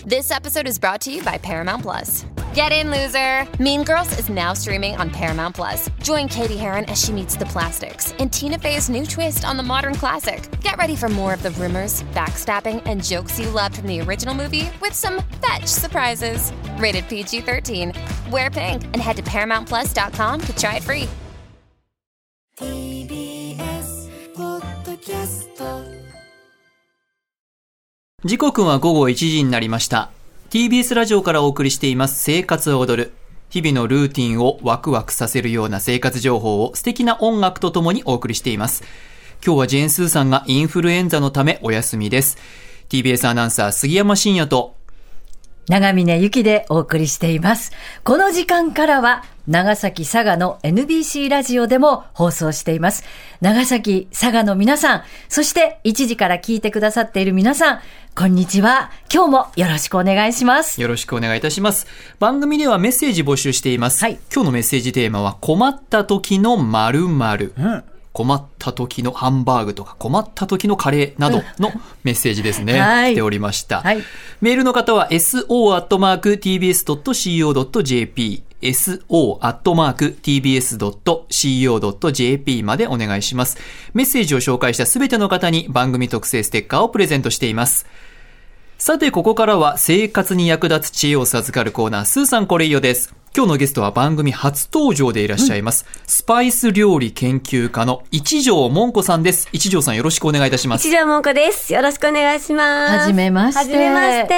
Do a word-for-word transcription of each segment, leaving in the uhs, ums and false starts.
This episode is brought to you by Paramount Plus. Get in, loser! Mean Girls is now streaming on Paramount Plus. Join Katie Heron as she meets the plastics in Tina Fey's new twist on the modern classic. Get ready for more of the rumors, backstabbing, and jokes you loved from the original movie with some fetch surprises. Rated P G thirteen. Wear pink and head to paramount plus dot com to try it free. ティービーエス ポッドキャスト。 時刻は午後いちじになりました。 ティービーエス ラジオからお送りしています生活を踊る。日々のルーティンをワクワクさせるような生活情報を素敵な音楽とともにお送りしています。今日はジェーンスーさんがインフルエンザのためお休みです。 ティービーエス アナウンサー杉山真也と長峰ゆきでお送りしています。この時間からは長崎佐賀の エヌビーシー ラジオでも放送しています。長崎佐賀の皆さん、そしていちじから聞いてくださっている皆さん、こんにちは。今日もよろしくお願いします。 よろしくお願いいたします。番組ではメッセージ募集しています、はい、今日のメッセージテーマは困った時の〇〇、うん、困った時のハンバーグとか困った時のカレーなどのメッセージですね、はい、来ておりました、はい、メールの方は エスオー アットマーク ティービーエス ドット シーオー ドット ジェーピー エスオー アットマーク ティービーエス ドット シーオー ドット ジェーピー までお願いします。メッセージを紹介したすべての方に番組特製ステッカーをプレゼントしています。さてここからは生活に役立つ知恵を授かるコーナー、スーさんこれいよです。今日のゲストは番組初登場でいらっしゃいます、うん、スパイス料理研究家の一条もんこさんです。一条さんよろしくお願いいたします。 一条もんこです。よろしくお願いします。 はじめまして。 はじめまして。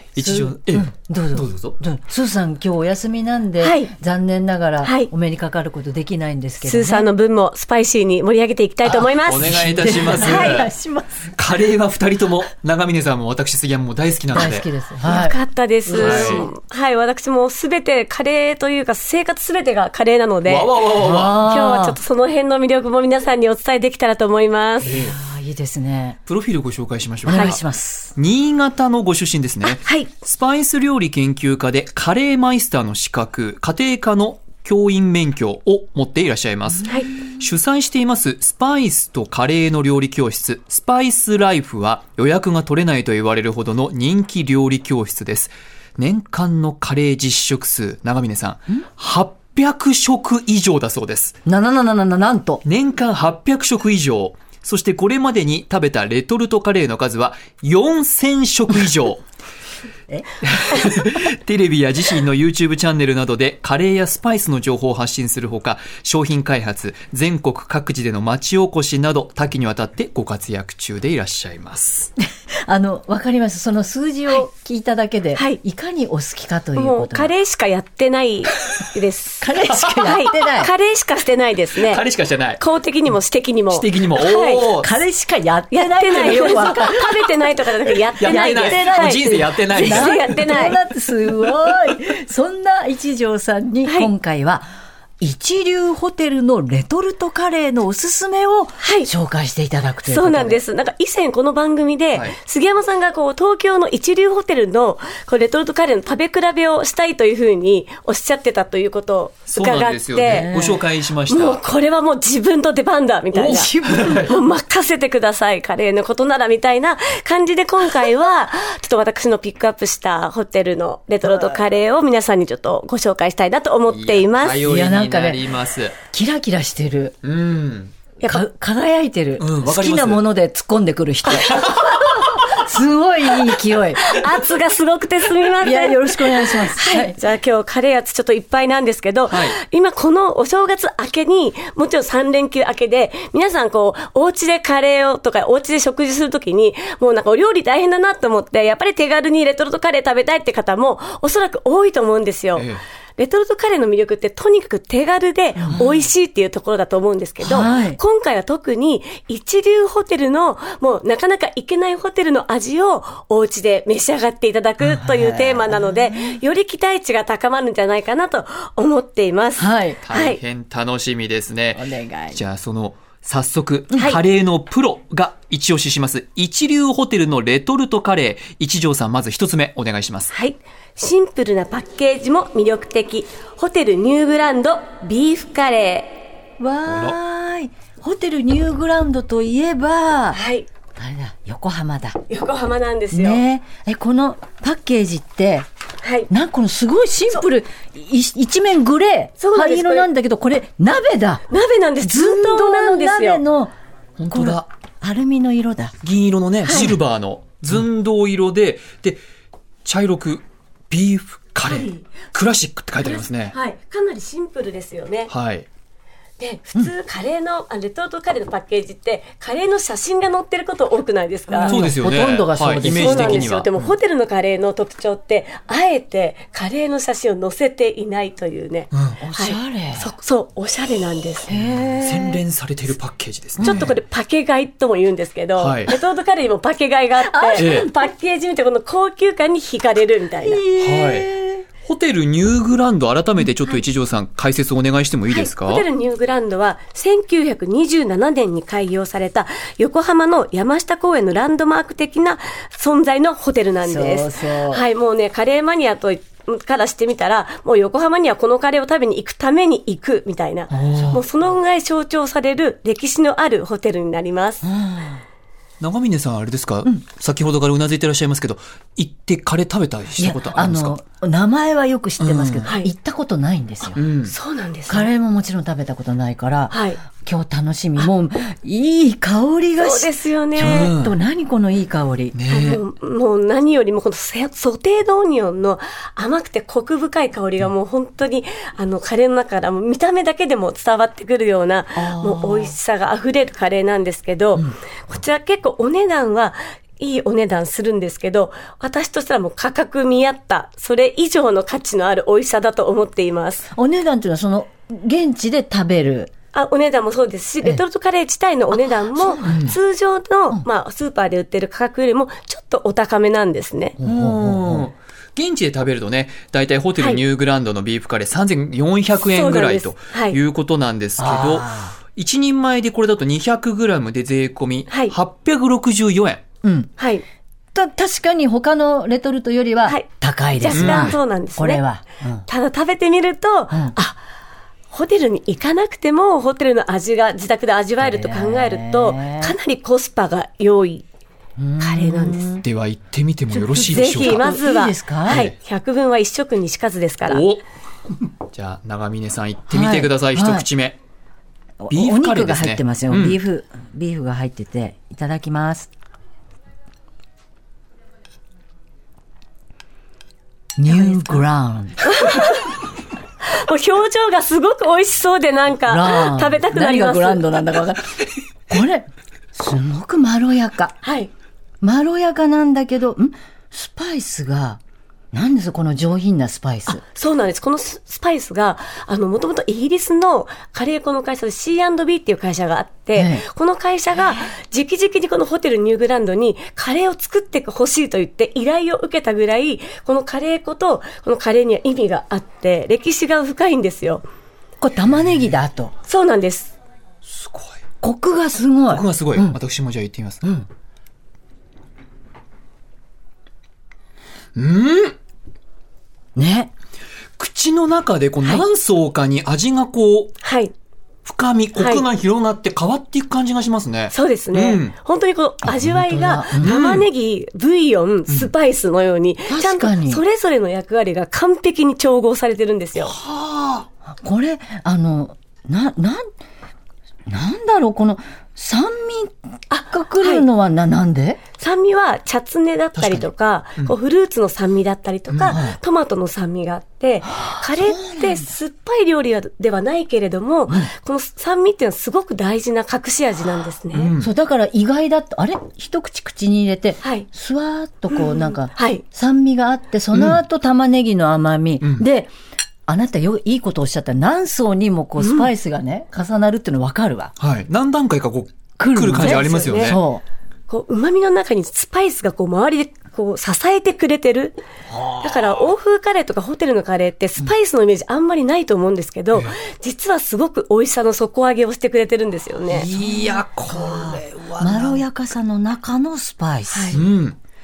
一条、え、うん、 どうぞどうぞどうぞ。スーさん今日お休みなんで、はい、残念ながらお目にかかることできないんですけど、ね、 スーさんの分もスパイシーに盛り上げていきたいと思います。 お願いいたします。 はい、 お願いします。 カレーは二人とも長峰さんも私杉山も大好きなので。 大好きです。 はい、よかったです。はい、はい、私もすべてカレーというか生活すべてがカレーなので、わわわわ、今日はちょっとその辺の魅力も皆さんにお伝えできたらと思います。えー、いいですね。 プロフィールご紹介しましょう。 お願いします。 新潟のご出身ですね。 はい。 スパイス料理研究家でカレーマイスターの資格、家庭科の教員免許を持っていらっしゃいます、はい、主催していますスパイスとカレーの料理教室スパイスライフは予約が取れないと言われるほどの人気料理教室です。年間のカレー実食数、長峰さん、はっぴゃくしょく以上だそうです。 なななななななんと年間はっぴゃくしょく以上。そしてこれまでに食べたレトルトカレーの数はよんせんしょく以上。えテレビや自身の YouTube チャンネルなどでカレーやスパイスの情報を発信するほか、商品開発、全国各地での町おこしなど多岐にわたってご活躍中でいらっしゃいます。 あのわかります。その数字を聞いただけで、はい、いかにお好きかということ。 もうカレーしかやってないですカレーしかやってない、 はい、カレーしかしてないですね。 カレーしかしてない。 公的にも私的にも私的にも、 はい、 カレーしかやってない。 やってないよ。食べてないとかじゃなくてやってないです。 やってない。人生やってない。 人生やってない。 だってすごい。そんな一条さんに今回は、はい、一流ホテルのレトルトカレーのおすすめを紹介していただくということで、はい、 そうなんです。なんか以前この番組で、はい、杉山さんがこう東京の一流ホテルのこうレトルトカレーの食べ比べをしたいというふうにおっしゃってたということを伺って、そうなんですよね、 ご紹介しました。 もうこれはもう自分の出番だみたいな、もう任せてくださいカレーのことならみたいな感じで、今回はちょっと私のピックアップしたホテルのレトルトカレーを皆さんにちょっとご紹介したいなと思っています。 いや、なんかね、 キラキラしてる、 うん、 やっぱ輝いてる、 うん、 好きなもので突っ込んでくる人すごいいい勢い。 圧がすごくてすみません。 いや、よろしくお願いします。 はい。はい、じゃあ今日カレー圧ちょっといっぱいなんですけど、はい、今このお正月明けに、もちろんさん連休明けで、皆さんこう、お家でカレーをとか、お家で食事するときに、もうなんかお料理大変だなと思って、やっぱり手軽にレトルトカレー食べたいって方も、おそらく多いと思うんですよ。ええ、レトルトカレーの魅力ってとにかく手軽で美味しいっていうところだと思うんですけど、はい、今回は特に一流ホテルのもうなかなか行けないホテルの味をお家で召し上がっていただくというテーマなので、より期待値が高まるんじゃないかなと思っています。 はい。大変楽しみですね。 お願い。 じゃあその早速、はい、カレーのプロが一押しします一流ホテルのレトルトカレー、一条さんまず一つ目お願いします。 はい。シンプルなパッケージも魅力的、ホテルニューグランドビーフカレー。 わーい。ホテルニューグランドといえば、 はい、 あれだ、横浜だ。 横浜なんですよ。 ねえ、このパッケージって、 はい。 なんかこのすごいシンプル、い一面グレー、灰色なんだけど、これ鍋だ。 鍋なんです。ずんどうなんですよ。 鍋の、 本当だ。 アルミの色だ。 銀色のね、シルバーの寸胴色で、で、茶色くビーフカレー、はい、クラシックって書いてありますね。 はい。かなりシンプルですよね。 はい。 で、普通カレーの、うん、レトルトカレーのパッケージってカレーの写真が載ってること多くないですか？ そうですよね。 ほとんどがそうです。はい、 イメージ的には。 でもホテルのカレーの特徴ってあえてカレーの写真を載せていないというね。 うん、 おしゃれ、 はい。そ、そうおしゃれなんです。 洗練されているパッケージですね。 ちょっとこれパケ買いとも言うんですけど、はい、レトルトカレーにもパケ買いがあって、パッケージ見てこの高級感に惹かれるみたいな。はい。 ホテルニューグランド、改めてちょっと一条さん、はい、解説をお願いしてもいいですか？ はい、ホテルニューグランドはせんきゅうひゃくにじゅうななねんに開業された横浜の山下公園のランドマーク的な存在のホテルなんです。そうそう、はい、もうね、カレーマニアとからしてみたら、もう横浜にはこのカレーを食べに行くために行くみたいな、もうそのぐらい象徴される歴史のあるホテルになります。 長峰さんあれですか、うん、先ほどからうなずいてらっしゃいますけど、行ってカレー食べたりしたことあるんですか？ あの名前はよく知ってますけど、うん、行ったことないんですよ、 うん、そうなんです、ね、 カレーももちろん食べたことないから、 はい、 今日楽しみ。もういい香りがし、 そうですよね。 ちょっと何このいい香り、 ね、もう、もう何よりもこのソテードオニオンの甘くてコク深い香りがもう本当にあのカレーの中からも見た目だけでも伝わってくるようなもう美味しさがあふれるカレーなんですけど、うん、こちら結構お値段はいいお値段するんですけど、私としてはもう価格見合ったそれ以上の価値のある美味しさだと思っています。 お値段というのはその現地で食べるあお値段もそうですし、レトルトカレー自体のお値段も通常の、まあ、スーパーで売ってる価格よりもちょっとお高めなんですね。 うん現地で食べるとね、だいたいホテルニューグランドのビーフカレーさんぜんよんひゃくえんぐらいということなんですけど、はい、いちにんまえでこれだと にひゃくグラム で税込みはっぴゃくろくじゅうよえん。 うん。はい。た、確かに他のレトルトよりは高いですね。 若干そうなんですね。 これは。 うん、ただ食べてみると、うん、あ、ホテルに行かなくてもホテルの味が自宅で味わえると考えると、かなりコスパが良いカレーなんです。 では行ってみてもよろしいでしょうか？ ぜひまずは、 いいですか？ はい、ひゃくぶんは一食にしかずですから。 おじゃあ長峰さん行ってみてください、はい、一口目。ビーフカレーですね。お肉が入ってますよ、うん、 ビーフビーフが入ってていただきます。ニューグランドもう表情がすごく美味しそうでなんか食べたくなります。 何がグランドなんだか分かんないこれすごくまろやか、 はい、 まろやかなんだけどんスパイスが何ですかこの上品なスパイス。 そうなんです。このスパイスがあのもともとイギリスのカレー粉の会社で シーアンドビー っていう会社があって、ね、この会社が直々にこのホテルニューグランドにカレーを作ってほしいと言って依頼を受けたぐらい、このカレー粉とこのカレーには意味があって歴史が深いんですよ。 これ玉ねぎだと。 そうなんです。 すごい。 コクがすごい。 コクがすごい、うん、私もじゃあ言ってみます。うんうんね、 口の中でこう何層かに味がこう、はい、深み、コクが広がって変わっていく感じがしますね。はい、 そうですね、うん。本当にこう味わいが玉ねぎ、うん、ブイヨン、スパイスのように、うん、ちゃんとそれぞれの役割が完璧に調合されてるんですよ。 はあ、これあのななんなんだろうこの酸味が来るのはな、はい、なんで？ 酸味はチャツネだったりとか、うん、こうフルーツの酸味だったりとか、うん、トマトの酸味があって、カレーって酸っぱい料理ではないけれども、うん、この酸味っていうのはすごく大事な隠し味なんですね。 うん、そうだから意外だとあれ一口口に入れて、はい、スワーッとこうなんか、うんはい、酸味があってその後玉ねぎの甘み、うん、であなたよいいことをおっしゃった何層にもこうスパイスがね、うん、重なるっていうの分かるわ。 はい。何段階かこう来る感じありますよね。 そう。こう旨味の中にスパイスがこう周りでこう支えてくれてる。だから欧風カレーとかホテルのカレーってスパイスのイメージあんまりないと思うんですけど、うん、実はすごく美味しさの底上げをしてくれてるんですよね。 いやこれはまろやかさの中のスパイス。 はい、 うん。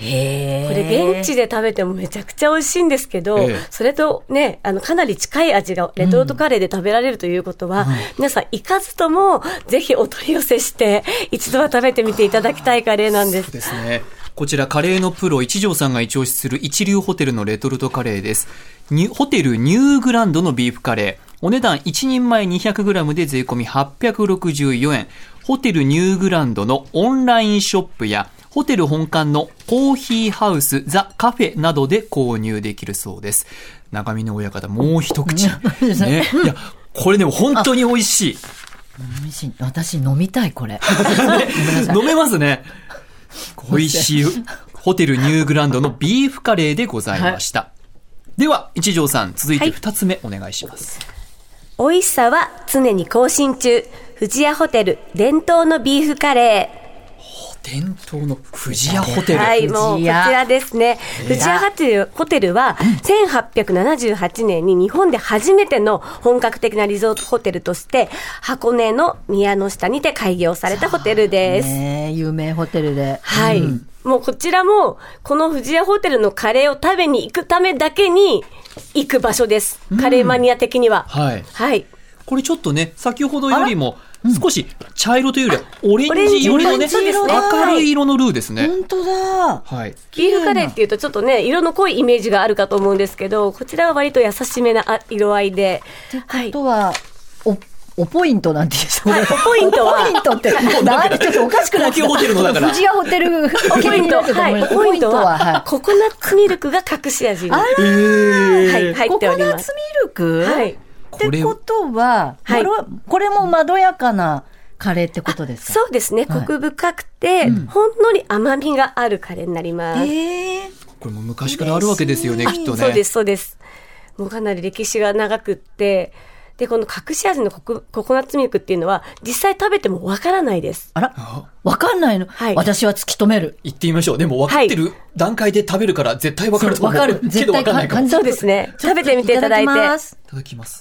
へー。 これ現地で食べてもめちゃくちゃ美味しいんですけど、 ええ、 それとね、あの、かなり近い味がレトルトカレーで食べられるということは、うん、皆さん行かずともぜひお取り寄せして一度は食べてみていただきたいカレーなんです。 そうですね。こちらカレーのプロ一条さんが一押しする一流ホテルのレトルトカレーです。ニュホテルニューグランドのビーフカレー、お値段いちにんまえ にひゃくグラム で税込みはっぴゃくろくじゅうよえん。ホテルニューグランドのオンラインショップやホテル本館のコーヒーハウスザカフェなどで購入できるそうです。中見の親方、もう一口、ね、いやこれでも本当に美味しい。 美味しい。私飲みたいこれ。 飲めますね。美味しいホテルニューグランドのビーフカレーでございました。はい、では一条さん、続いて二つ目お願いします。 はい、美味しさは常に更新中。富士屋ホテル伝統のビーフカレー。 伝統の富士屋ホテル。 はい、もうこちらですね。富士屋ホテル、ホテルはせんはっぴゃくななじゅうはちねんに日本で初めての本格的なリゾートホテルとして箱根の宮の下にて開業されたホテルです。 ね、有名ホテルで。 はい。うん、もうこちらもこの富士屋ホテルのカレーを食べに行くためだけに行く場所です。カレーマニア的には。 うん、はい。 はい。 これちょっとね、先ほどよりも少し茶色というよりはオレンジ寄りのね、明るい色のルーですね。 本当だ。 はい。 ビーフカレーっていうとちょっとね、色の濃いイメージがあるかと思うんですけど、こちらは割と優しめな色合いで。 ってことは、はい、おおポイントなんて言う、 はい、おポイントはおポイントってなんかちょっとおかしくなっちゃった。 高級ホテルのだから富士屋ホテルおポイント、はい、おポイントは、はい、ココナッツミルクが隠し味に、 あらー、はい、入っております。 ココナッツミルク、 はい、 ってことは、はい、これもまろやかなカレーってことですか？ そうですね、はい、コク深くて、うん、ほんのり甘みがあるカレーになります。 えー、 これも昔からあるわけですよね、きっとね。 そうですそうです。もうかなり歴史が長くって、でこの隠し味の コ, ココナッツミルクっていうのは実際食べてもわからないです。 あら、わかんないの、はい、私は突き止める。 言ってみましょう。でも分かってる段階で食べるから絶対わかると思う。 わかる。絶対わかんないかも。 そうですね。食べてみていただいて。いただきます。 いただきます。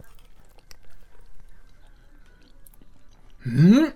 ん？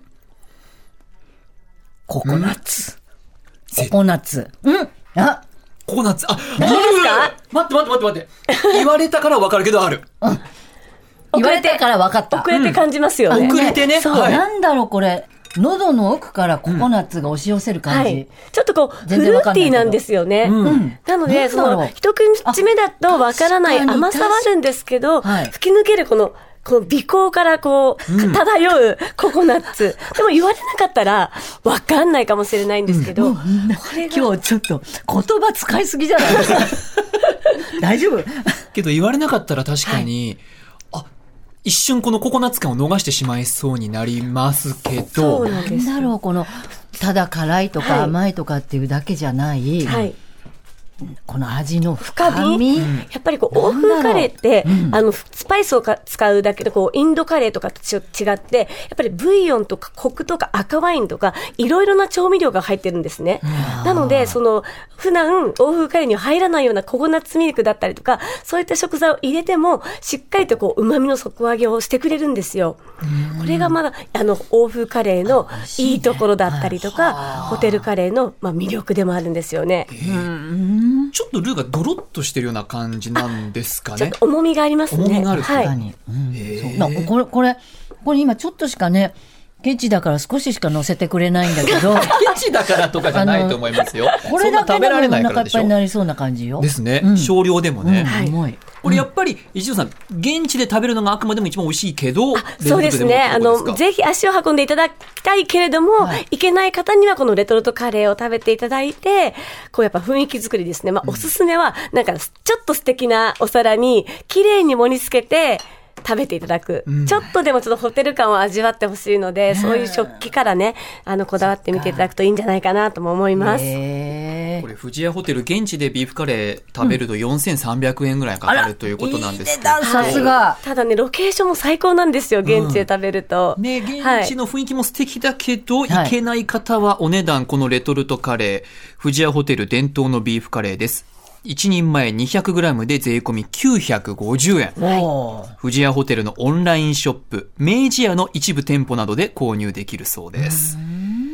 ココナッツ。ココナッツ。うん。あ、 ココナッツ。あ、 何ですか？ 待って待って待って待って。言われたからわかるけどある。 うん。言われてから分かった。 遅れて感じますよね。 遅れてね。 そう、はい、なんだろうこれ。喉の奥からココナッツが押し寄せる感じ。うん、はい、 ちょっとこう、フルーティーなんですよね。うん、なので、その、一口目だと分からない甘さはあるんですけど、はい、吹き抜けるこの、この鼻孔からこう、漂うココナッツ。うん、でも言われなかったら分かんないかもしれないんですけど、うん、これ今日ちょっと言葉使いすぎじゃないですか。大丈夫？ けど言われなかったら確かに、はい、あ、一瞬このココナッツ感を逃してしまいそうになりますけど、 そうなんです。 なんだろう、このただ辛いとか甘いとかっていうだけじゃない、はい、この味の深み、 やっぱりこう欧風カレーって、うん、あのスパイスをか使うだけでこうインドカレーとかと違ってやっぱりブイヨンとかコクとか赤ワインとかいろいろな調味料が入ってるんですね。なのでその普段欧風カレーには入らないようなココナッツミルクだったりとかそういった食材を入れてもしっかりとこう旨味の底上げをしてくれるんですよ。これがまだあの欧風カレーのいいところだったりとか、ホテルカレーのまあ魅力でもあるんですよね。 ちょっとルーがドロッとしてるような感じなんですかね。 ちょっと重みがありますね。 重みがある。 はい。うん、そうこれこれこれ今ちょっとしかね、ケチだから少ししか乗せてくれないんだけど。 ケチだからとかじゃないと思いますよ。 これだけでもお腹いっぱいになりそうな感じよ。 ですね。うん、少量でもね。 うん、はい。 これやっぱり一条さん、現地で食べるのがあくまでも一番美味しいけど、 そうですね。あのぜひ足を運んでいただきたいけれども、はい、行けない方にはこのレトルトカレーを食べていただいて、こうやっぱ雰囲気作りですね。まあ、おすすめはなんかちょっと素敵なお皿に綺麗に盛り付けて。食べていただく、うん、ちょっとでもちょっとホテル感を味わってほしいので、うん、そういう食器からねあのこだわってみていただくといいんじゃないかなとも思います。これ富士屋ホテル現地でビーフカレー食べるとよんせんさんびゃくえんぐらいかかるということなんですけど、 いいさすが。 ただねロケーションも最高なんですよ現地で食べると、 うん、ね、現地の雰囲気も素敵だけど、はい、行けない方はお値段このレトルトカレー富士屋ホテル伝統のビーフカレーです。一人前 にひゃくグラム で税込みきゅうひゃくごじゅうえん。富士屋ホテルのオンラインショップ、明治屋の一部店舗などで購入できるそうです。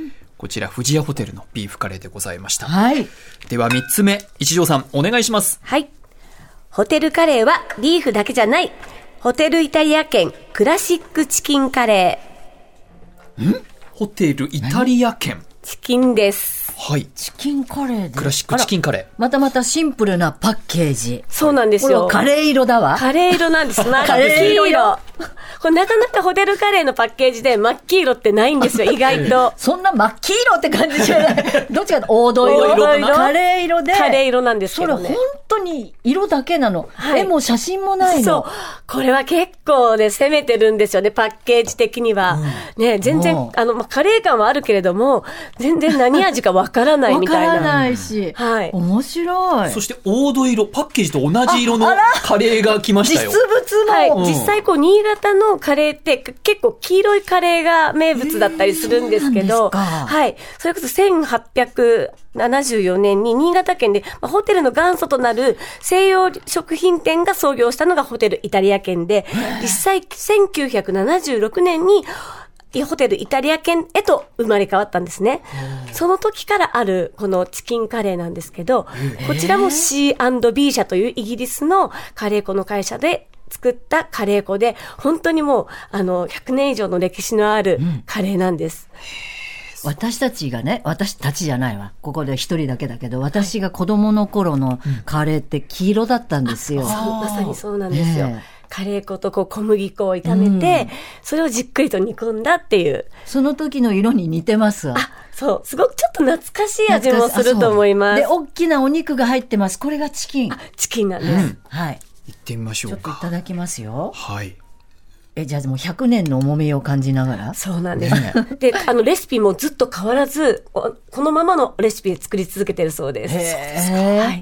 こちら富士屋ホテルのビーフカレーでございました。 はい。 ではみっつめ、一条さんお願いします。 はい。ホテルカレーはビーフだけじゃない。ホテルイタリア軒クラシックチキンカレー。ん？ホテルイタリア軒。 チキンです。 はい。 チキンカレーで。 クラシックチキンカレー。 またまたシンプルなパッケージ。 そうなんですよ。 カレー色だわ。 カレー色なんです。真っ黄色。これなかなかホテルカレーのパッケージで真っ黄色ってないんですよ、意外と。 そんな真っ黄色って感じじゃない。どっちかと黄土色。黄土色。カレー色で。 カレー色なんですけどね。 それ本当に色だけなの。はい、え、もう写真もないの。そう。 これは結構ね、攻めてるんですよね、パッケージ的には。うん、ね、全然、あの、まあ、カレー感はあるけれども、全然何味かわからないみたいな。 わからないし。はい。面白い。 そして黄土色、パッケージと同じ色のカレーが来ましたよ。 実物も。 はい。うん、実際こう、新潟のカレーって結構黄色いカレーが名物だったりするんですけど、はい。それこそせんはっぴゃくななじゅうよねんに新潟県で、まあ、ホテルの元祖となる西洋食品店が創業したのがホテルイタリア軒で、実際せんきゅうひゃくななじゅうろくねんにホテルイタリア軒へと生まれ変わったんですね。その時からあるこのチキンカレーなんですけど、こちらも シーアンドビー 社というイギリスのカレー粉の会社で作ったカレー粉で、本当にもうあのひゃくねん以上の歴史のあるカレーなんです。 うん、私たちがね、私たちじゃないわ。ここで一人だけだけど、私が子供の頃のカレーって黄色だったんですよ。 まさにそうなんですよ。ね、カレー粉とこう小麦粉を炒めて、うん、それをじっくりと煮込んだっていう。 その時の色に似てますわ。 あ、そう。すごくちょっと懐かしい味もすると思います。 で、大きなお肉が入ってます。これがチキン。 あ、チキンなんです。うん、 はい。 行ってみましょうか。 ちょっといただきますよ。 はい。 え、じゃあもうひゃくねんの重みを感じながら。 そうなんです。ね、で、あのレシピもずっと変わらず、このままのレシピで作り続けてるそうです。 へー。はい。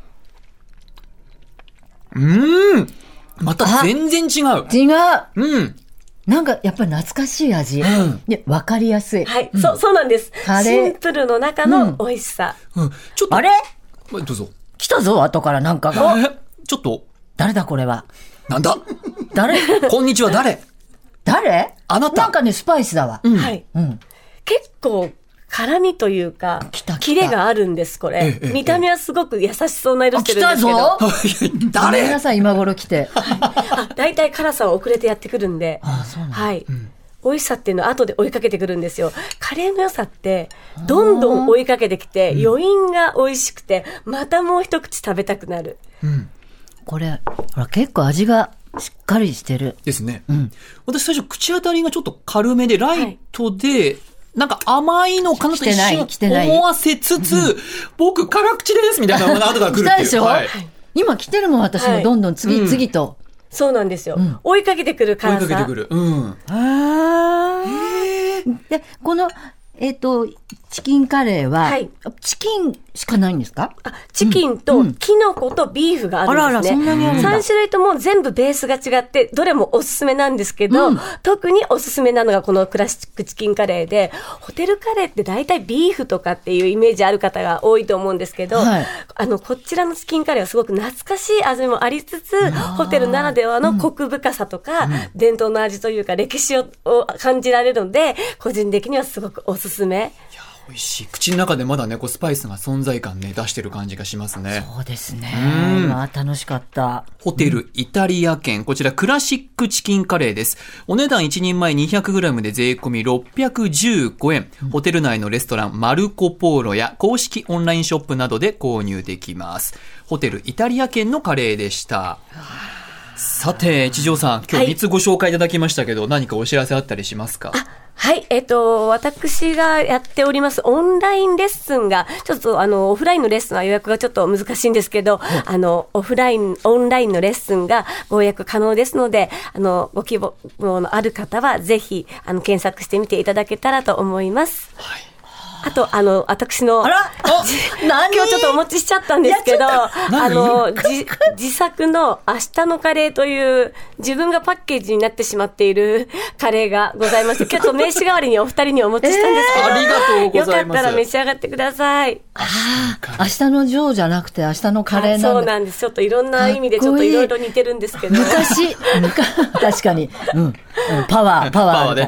うーん。また全然違う。 違う。 うん。 なんかやっぱり懐かしい味。うん、で、わかりやすい。 はい、うん、そう、そうなんです。シンプルの中の美味しさ。 うん。うん、ちょっと。 あれ？ どうぞ。 来たぞ、後からなんかが。 えちょっと。 誰だこれは。 なんだ誰こんにちは、誰誰あなた。 なんかね、スパイスだわ。 うん、はい。うん。結構、辛みというか、キレがあるんです、これ。見た目はすごく優しそうな色してるんですけど。 来たぞ誰皆さん今頃来て。 あ、だいたい辛さは遅れてやってくるんで。 ああ、そうなんだ。 はい。うん美味しさっていうのは後で追いかけてくるんですよ。カレーの良さって、どんどん追いかけてきて、余韻が美味しくて、またもう一口食べたくなる。 うん、 これ、ほら、結構味がしっかりしてる。 ですね。 うん、 私最初口当たりがちょっと軽めで、ライトで、はい、なんか甘いのかなと一瞬思わせつつ、うん、僕辛口ですみたいなのが後から来るっていう。 来たでしょ、はい、今来てるもん、私もどんどん次々と。はいうんそうなんですよ、うん。追いかけてくる辛さ。 追いかけてくる。うん。 あー。で、この、えっと、チキンカレーは、はい、チキンしかないんですか？ あ、チキンとキノコとビーフがあるんですね。あらあら、そんなにあるんだ。さん種類とも全部ベースが違って、どれもおすすめなんですけど、うん、特におすすめなのがこのクラシックチキンカレーで、ホテルカレーって大体ビーフとかっていうイメージある方が多いと思うんですけど、はい、あの、こちらのチキンカレーはすごく懐かしい味もありつつ、ホテルならではのコク深さとか、うん、伝統の味というか歴史を感じられるので、個人的にはすごくおすすめ。 美味しい。口の中でまだね、こうスパイスが存在感ね、出してる感じがしますね。 そうですね。まあ、楽しかった。 ホテルイタリア軒、こちらクラシックチキンカレーです。お値段いちにんまえ にひゃくグラム で税込みろっぴゃくじゅうごえん。うん、ホテル内のレストランマルコポーロや公式オンラインショップなどで購入できます。ホテルイタリア軒のカレーでした。さて、一条さん、今日みっつご紹介いただきましたけど、はい、何かお知らせあったりしますか？ はい、えっと、私がやっておりますオンラインレッスンが、ちょっとあの、オフラインのレッスンは予約がちょっと難しいんですけど、あの、オフライン、オンラインのレッスンがご予約可能ですので、あの、ご希望のある方は、ぜひ、あの、検索してみていただけたらと思います。はい。あと、あの、私の、 あら今日ちょっとお持ちしちゃったんですけど、あの、じ自作の明日のカレーという、自分がパッケージになってしまっているカレーがございまして、今日と名刺代わりにお二人にお持ちしたんですけど、 えー、ありがとうございます。 よかったら召し上がってください。 ああ、明日のジョーじゃなくて明日のカレーなんだ。 そうなんです。ちょっといろんな意味でちょっといろいろ似てるんですけど。 昔、昔確かに、うん、パワー、パワー。パワーね。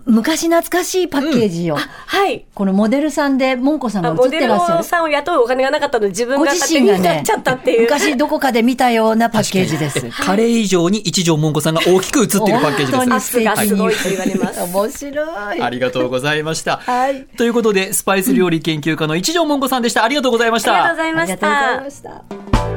昔懐かしいパッケージを、うん、 はい。 このモデルさんでモンコさんが写ってらっしゃる。 モデルさんを雇うお金がなかったので自分が勝手に買っちゃったっていう、ね、 昔どこかで見たようなパッケージです。 カレー以上に一条モンコさんが大きく写っているパッケージです。 本当に素敵。すごいと言われます。 面白い。 ありがとうございました。 はい。 ということでスパイス料理研究家の一条モンコさんでした。ありがとうございました。 ありがとうございました。 ありがとうございました。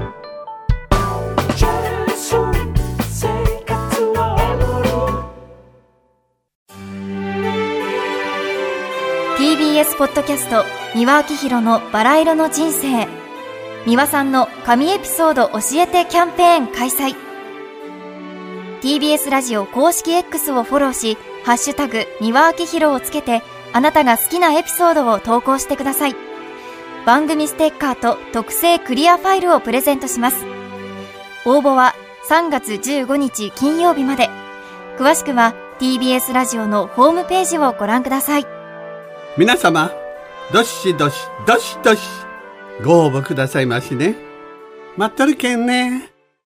ティービーエス ポッドキャスト三輪明宏のバラ色の人生。三輪さんの神エピソード教えてキャンペーン開催。 ティービーエス ラジオ公式 X をフォローし、ハッシュタグ三輪明宏をつけてあなたが好きなエピソードを投稿してください。番組ステッカーと特製クリアファイルをプレゼントします。応募はさんがつじゅうごにち金曜日まで。詳しくは ティービーエス ラジオのホームページをご覧ください。 皆様、どしどしどしどしご応募くださいましね。待っとるけんね。